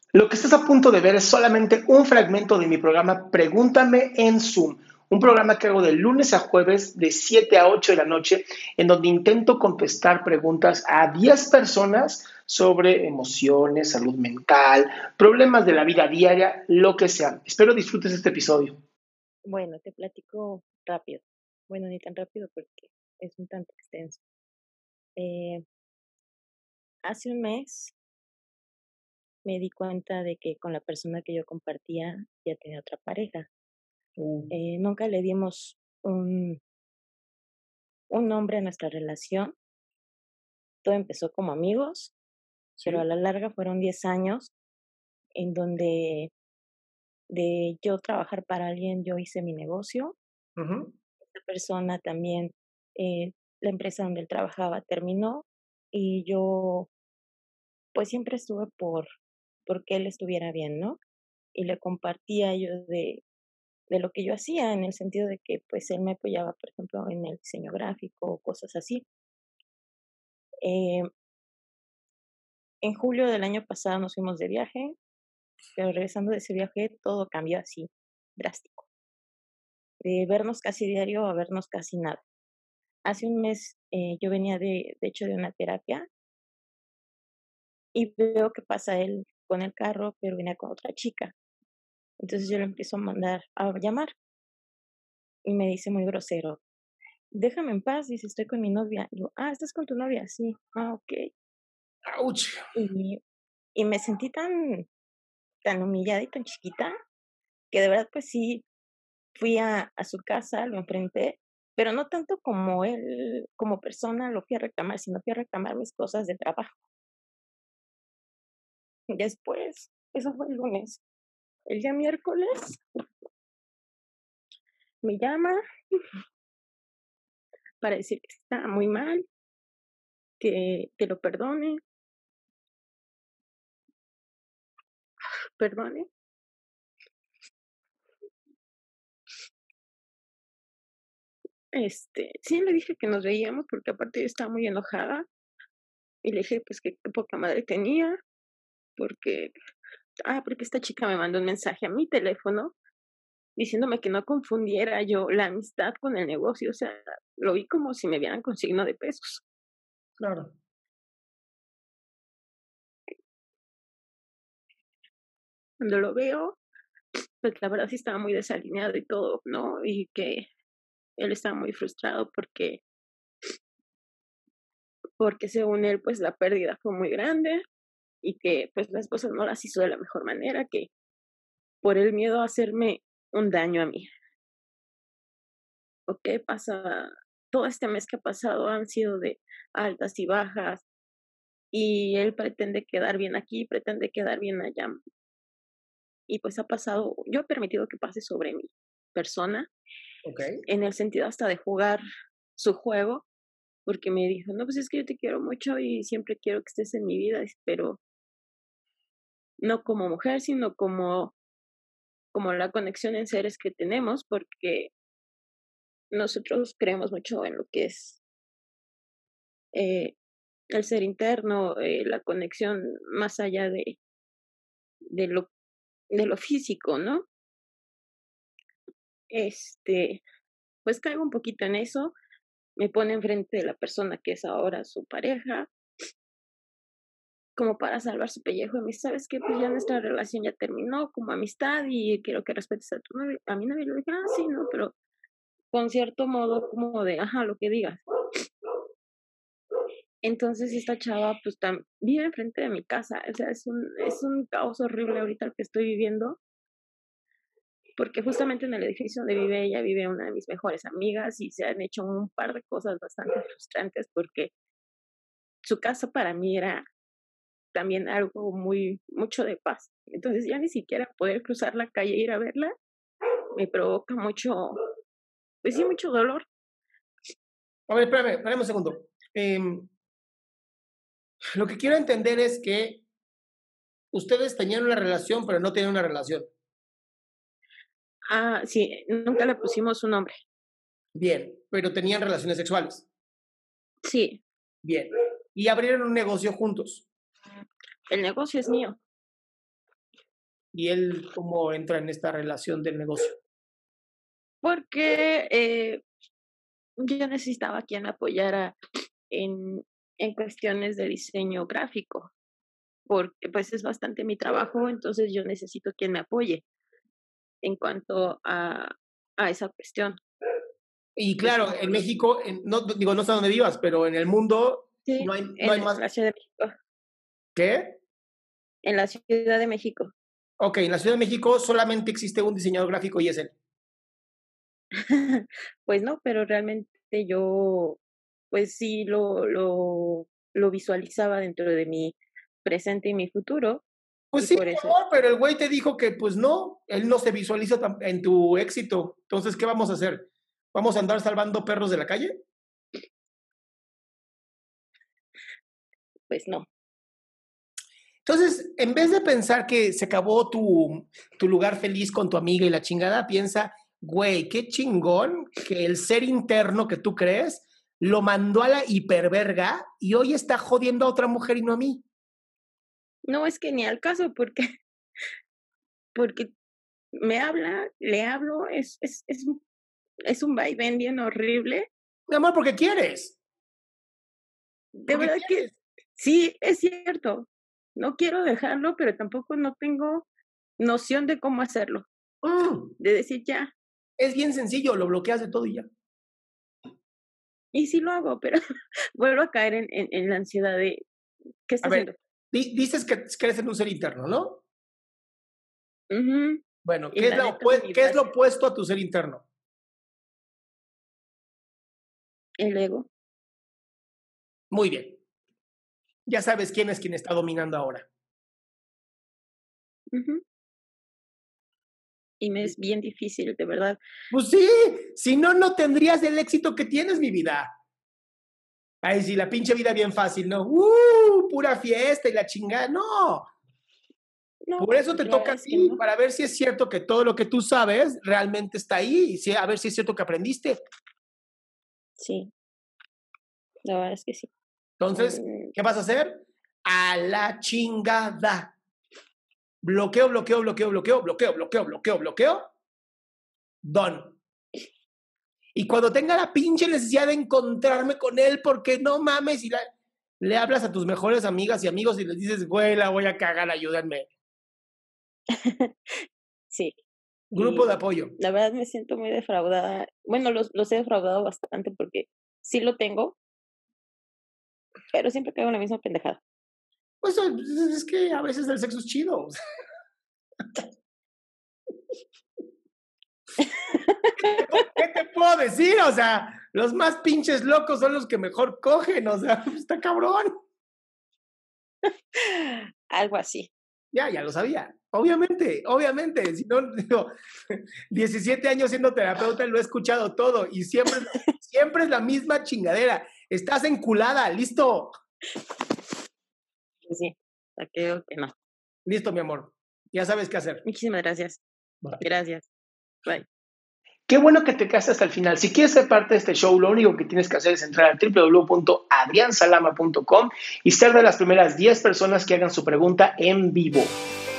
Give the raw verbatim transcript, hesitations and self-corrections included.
Lo que estás a punto de ver es solamente un fragmento de mi programa Pregúntame en Zoom, un programa que hago de lunes a jueves de siete a ocho de la noche, en donde intento contestar preguntas a diez personas sobre emociones, salud mental, problemas de la vida diaria, lo que sea. Espero disfrutes este episodio. Bueno, te platico rápido. Bueno, ni tan rápido porque es un tanto extenso. Eh, Hace un mes me di cuenta de que con la persona que yo compartía ya tenía otra pareja. Mm. Eh, nunca le dimos un, un nombre a nuestra relación. Todo empezó como amigos, pero a ¿Sí? la larga fueron diez años en donde de yo trabajar para alguien, yo hice mi negocio. Ujú. Esta persona también, eh, la empresa donde él trabajaba terminó y yo pues siempre estuve por por que él estuviera bien, ¿no? Y le compartía yo de de lo que yo hacía, en el sentido de que, pues, él me apoyaba, por ejemplo, en el diseño gráfico o cosas así. Eh, en julio del año pasado nos fuimos de viaje, pero regresando de ese viaje todo cambió así, drástico, de vernos casi diario a vernos casi nada. Hace un mes, eh, yo venía de de hecho de una terapia y veo que pasa él con el carro, pero venía con otra chica. Entonces yo le empiezo a mandar a llamar y me dice muy grosero: "Déjame en paz", dice: "Estoy con mi novia". Y yo: "Ah, ¿estás con tu novia?". "Sí". "Ah, okey". ¡Auch! Y y me sentí tan tan humillada y tan chiquita, que de verdad, pues sí, fui a a su casa, lo enfrenté, pero no tanto como él como persona lo fui a reclamar, sino fui a reclamar mis cosas de trabajo. Después, eso fue el lunes. El día miércoles me llama para decir que está muy mal, que que lo perdone, perdone. Este, sí le dije que nos veíamos, porque aparte yo estaba muy enojada, y le dije, pues, que qué poca madre tenía, porque, ah, porque esta chica me mandó un mensaje a mi teléfono diciéndome que no confundiera yo la amistad con el negocio, o sea, lo vi como si me vieran con signo de pesos. Claro. Cuando lo veo, pues, la verdad sí estaba muy desalineado y todo, ¿no? Y que él estaba muy frustrado porque porque según él, pues, la pérdida fue muy grande y que, pues, las cosas no las hizo de la mejor manera, que por el miedo a hacerme un daño a mí. ¿Qué pasa? Todo este mes que ha pasado han sido de altas y bajas, y él pretende quedar bien aquí, pretende quedar bien allá. Y pues ha pasado, yo he permitido que pase sobre mi persona, Ok. en el sentido hasta de jugar su juego, porque me dijo: "No, pues es que yo te quiero mucho y siempre quiero que estés en mi vida", pero no como mujer, sino como como la conexión en seres que tenemos, porque nosotros creemos mucho en lo que es, eh, el ser interno, eh, la conexión más allá de de lo de lo físico, ¿no? Este, pues caigo un poquito en eso, me pone enfrente de la persona que es ahora su pareja, como para salvar su pellejo, y me dice: "¿Sabes qué? Pues ya nuestra relación ya terminó como amistad y quiero que respetes a tu novio", a mi novio. Le dije: "Ah, sí, no", pero con cierto modo como de: "Ajá, lo que digas". Entonces esta chava, pues, tam vive enfrente de mi casa, o sea, es un es un caos horrible ahorita el que estoy viviendo. Porque justamente en el edificio donde vive ella, vive una de mis mejores amigas y se han hecho un par de cosas bastante frustrantes, porque su casa para mí era también algo muy mucho de paz. Entonces, ya ni siquiera poder cruzar la calle e ir a verla, me provoca mucho, pues sí, mucho dolor. A ver, espérame, espérame un segundo. Em, lo que quiero entender es que ustedes tenían una relación, pero no tenían una relación. Ah, sí, nunca le pusimos un nombre. Bien, pero tenían relaciones sexuales. Sí, Bien. Y abrieron un negocio juntos. el negocio es mío. ¿Y él cómo entra en esta relación del negocio? Porque eh, yo necesitaba quien me apoyara en, en cuestiones de diseño gráfico, porque pues es bastante mi trabajo, entonces yo necesito quien me apoye en cuanto a, a esa cuestión. Y claro, en México, en, no digo, no sé dónde vivas, pero en el mundo sí, no hay, no en hay más. La Ciudad de México. ¿Qué? En la Ciudad de México. Ok, en la Ciudad de México solamente existe un diseñador gráfico y es él. Pues no, pero realmente yo, pues sí lo, lo, lo visualizaba dentro de mi presente y mi futuro. Pues Y sí, por mi eso, amor, pero el güey te dijo que pues no, él no se visualiza tam- en tu éxito. Entonces, ¿qué vamos a hacer? ¿Vamos a andar salvando perros de la calle? pues no. Entonces, en vez de pensar que se acabó tu, tu lugar feliz con tu amiga y la chingada, piensa, güey, qué chingón que el ser interno que tú crees lo mandó a la hiperverga y hoy está jodiendo a otra mujer y no a mí. No es que ni al caso, porque, porque me habla, le hablo, es, es, es, un, es un vaivén bien horrible. Mi amor, porque quieres. De Porque verdad quieres. que sí, es cierto. No quiero dejarlo, pero tampoco no tengo noción de cómo hacerlo. Mm, De decir ya. es bien sencillo, lo bloqueas de todo y ya. Y sí lo hago, pero vuelvo a caer en, en, en la ansiedad de ¿qué está A ver, haciendo? di- dices que crees en un ser interno, ¿no? Uh-huh. Bueno, Y ¿qué es, la la neta, opue- mi ¿qué es lo base, opuesto a tu ser interno? el ego. Muy bien. Ya sabes quién es quien está dominando ahora. Uh-huh. Y me es bien difícil, de verdad. Pues sí, si no, no tendrías el éxito que tienes, mi vida. Ay, sí, la pinche vida bien fácil, ¿no? ¡Uh! Pura fiesta y la chingada. No. No, Por eso te pues la toca verdad a es que ti, no. para ver si es cierto que todo lo que tú sabes realmente está ahí y si- a ver si es cierto que aprendiste. Sí, la verdad es que sí. Entonces, Mm, ¿qué vas a hacer? A la chingada. Bloqueo, bloqueo, bloqueo, bloqueo, bloqueo, bloqueo, bloqueo, bloqueo. Done. Y cuando tenga la pinche necesidad de encontrarme con él, porque no mames, y la- le hablas a tus mejores amigas y amigos y les dices, güey, la voy a cagar, ayúdenme. sí, Grupo de y apoyo. la verdad me siento muy defraudada. Bueno, los, los he defraudado bastante porque sí lo tengo, pero siempre caigo en la misma pendejada. Pues es que a veces el sexo es chido. ¿Qué te puedo decir? O sea, los más pinches locos son los que mejor cogen, o sea, está cabrón. Algo así. Ya, ya lo sabía. Obviamente, obviamente. Si no, digo, diecisiete años siendo terapeuta, lo he escuchado todo y siempre, siempre es la misma chingadera. Estás enculada, listo. Pues sí, creo que no. Listo, mi amor. Ya sabes qué hacer. Muchísimas gracias. Bye. Gracias. Bye. Qué bueno que te quedaste hasta el final. Si quieres ser parte de este show, lo único que tienes que hacer es entrar a w w w punto adrian salama punto com y ser de las primeras diez personas que hagan su pregunta en vivo.